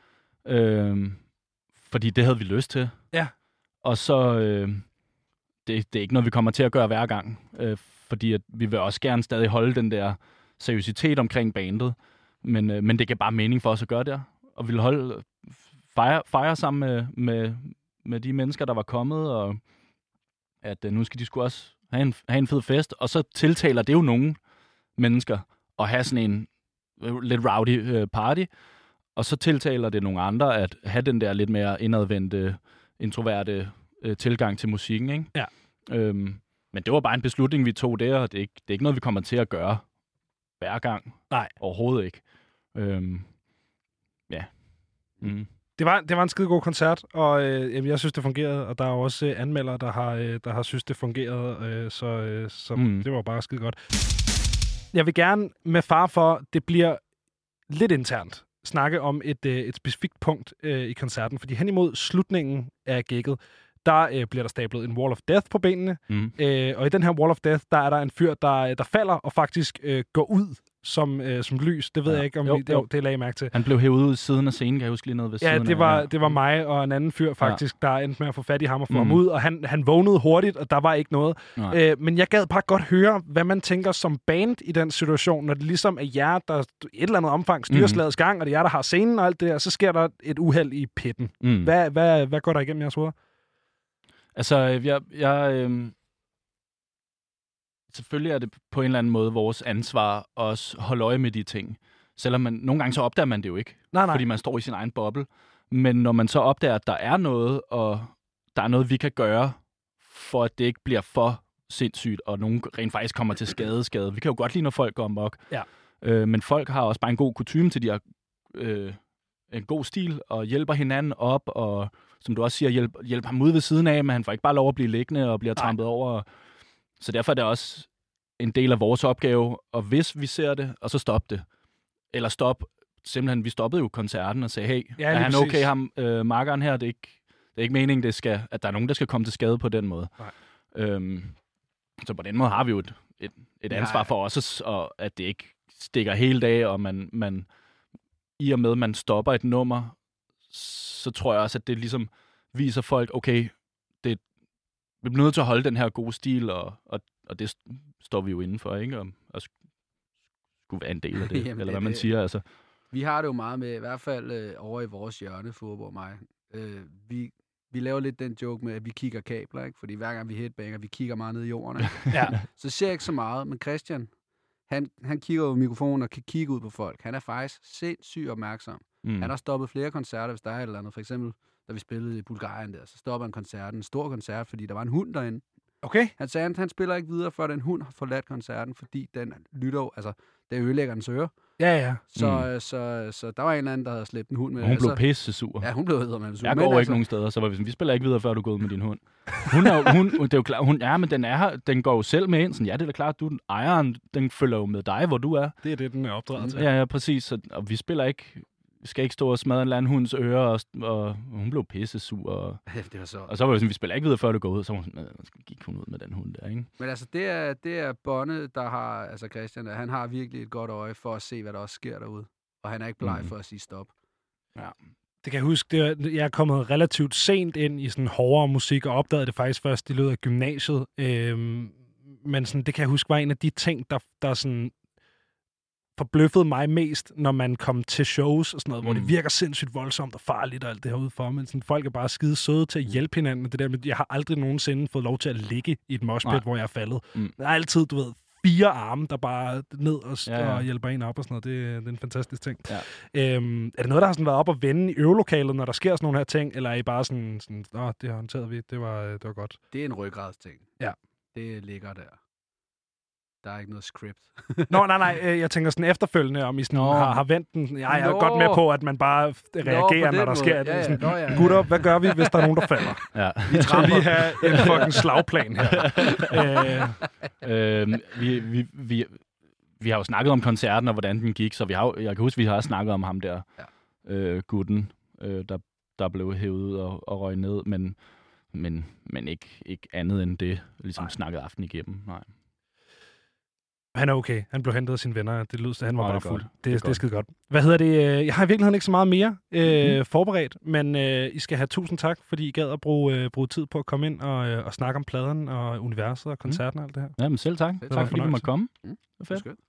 Fordi det havde vi lyst til. Ja. Og så... Det er ikke noget, vi kommer til at gøre hver gang, fordi at vi vil også gerne stadig holde den der seriøsitet omkring bandet, men det giver bare mening for os at gøre det, og vi vil fejre sammen med de mennesker, der var kommet, og at nu skal de sgu også have en fed fest, og så tiltaler det jo nogle mennesker at have sådan en lidt rowdy party, og så tiltaler det nogle andre at have den der lidt mere indadvendte, introverte tilgang til musikken, ikke? Ja. Men det var bare en beslutning, vi tog der, og det er ikke noget, vi kommer til at gøre hver gang. Nej. Overhovedet ikke. Ja. Det var en skide god koncert, og jeg synes, det fungerede, og der er også anmeldere, der har synes, det fungerede, så det var bare skide godt. Jeg vil gerne med fare for, det bliver lidt internt, snakke om et specifikt punkt i koncerten, fordi hen imod slutningen af gigget, der bliver der stablet en Wall of Death på benene, og i den her Wall of Death, der er der en fyr, der falder og faktisk går ud som lys. Det ved jeg ikke, om det lagde jeg mærke til. Han blev hævet ud siden af scenen, kan jeg huske lige noget ved siden af. Det var mig og en anden fyr faktisk, der endte med at få fat i ham og få ham ud, og han vågnede hurtigt, og der var ikke noget. Men jeg gad bare godt høre, hvad man tænker som band i den situation, når det ligesom er jer, der i et eller andet omfang styrer slagets gang, og det er jer, der har scenen og alt det der, så sker der et uheld i pitten. Hvad går der igennem jeres hoveder? Altså, jeg selvfølgelig er det på en eller anden måde vores ansvar at også holde øje med de ting. Selvom nogle gange så opdager man det jo ikke, fordi man står i sin egen boble. Men når man så opdager, at der er noget, og der er noget, vi kan gøre, for at det ikke bliver for sindssygt, og nogen rent faktisk kommer til skade. Vi kan jo godt lide, når folk går amok. Ja. Men folk har også bare en god kutyme til, de har en god stil, og hjælper hinanden op, og som du også siger, hjælp ham ud ved siden af, men han får ikke bare lov at blive liggende og bliver trampet over. Så derfor er det også en del af vores opgave, og hvis vi ser det, og så stoppe det. Eller simpelthen, vi stoppede jo koncerten og sagde, hey, er han okay, ham markeren her? Det er ikke meningen, at der er nogen, der skal komme til skade på den måde. Så på den måde har vi jo et ansvar for os, og at det ikke stikker helt af, og man i og med, man stopper et nummer, så tror jeg også, at det ligesom viser folk, okay, vi bliver nødt til at holde den her gode stil, og det står vi jo indenfor, ikke? Og skulle være en del af det, jamen, eller hvad man siger. Altså. Vi har det jo meget med, i hvert fald over i vores hjørne, Furbo og mig. Vi laver lidt den joke med, at vi kigger kabler, ikke? Fordi hver gang vi headbanger, vi kigger meget ned i jorden. Så ser jeg ikke så meget, men Christian, han kigger jo i mikrofonen og kan kigge ud på folk. Han er faktisk sindssygt opmærksom. Han har stoppet flere koncerter, hvis der er et eller andet. For eksempel, da vi spillede i Bulgarien der, så stopper en stor koncert, fordi der var en hund derinde. Okay. Han sagde, han spiller ikke videre, før den hund har forladt koncerten, fordi den lytter, altså, det ødelægger dens øre. Ja. Så der var en eller anden, der havde slæbt en hund med. Og hun blev pisse sur. Ja, hun blev eddermame sur. Jeg går ikke nogen steder, så vi spiller ikke videre, før du går ud med din hund. Det er jo klart, men den er her, den går jo selv med ind. Sådan, ja, det er da klart, ejeren, den følger jo med dig, hvor du er. Det er det, den er opdraget til. Ja, præcis. Og vi spiller ikke. Vi skal ikke stå og smadre en landhunds ører, og hun blev pisse sur. Det var så. Og så var det sådan, vi spiller ikke videre, før du går ud. Så var hun sådan, gik hun ud med den hund der, ikke? Men altså, det er Bonne, der har, altså Christian, han har virkelig et godt øje for at se, hvad der også sker derude. Og han er ikke bleg for at sige stop. Ja. Det kan jeg huske, jeg er kommet relativt sent ind i sådan hårdere musik, og opdagede det faktisk først i løbet af gymnasiet. Men sådan, det kan jeg huske var en af de ting, der sådan forbløffede mig mest, når man kom til shows og sådan noget, hvor det virker sindssygt voldsomt og farligt og alt det her udefra, men sådan, folk er bare skide søde til at hjælpe hinanden. Og det der med, jeg har aldrig nogensinde fået lov til at ligge i et moshpit, hvor jeg er faldet. Der er altid, 4 arme, der bare ned og hjælper en op og sådan noget. Det er en fantastisk ting. Ja. Er det noget, der har sådan været op og vende i øvelokalet, når der sker sådan nogle her ting, eller er I bare sådan det håndterede vi, det var godt? Det er en ryggradsting. Ja. Det ligger der. Der er ikke noget script. Nej, jeg tænker sådan efterfølgende, om I sådan har vendt den. Jeg er godt med på, at man bare reagerer, når der sker det. Sådan, gutter, hvad gør vi, hvis der er nogen, der falder? Ja. Vi skal lige have en fucking slagplan her. Vi har jo snakket om koncerten, og hvordan den gik, så jeg kan huske, vi har snakket om ham der, gutten, der blev hævet ud og røg ned, men ikke andet end det, ligesom snakket aften igennem. Nej. Han er okay. Han blev hentet af sine venner. Det lyder, han var bare fuld. Det er skide godt. Hvad hedder det? Jeg har i virkeligheden ikke så meget mere forberedt, men I skal have tusind tak, fordi I gad at bruge tid på at komme ind og snakke om pladen og universet og koncerten og alt det her. Jamen selv tak. Tak fordi vi måtte komme. Det var fedt.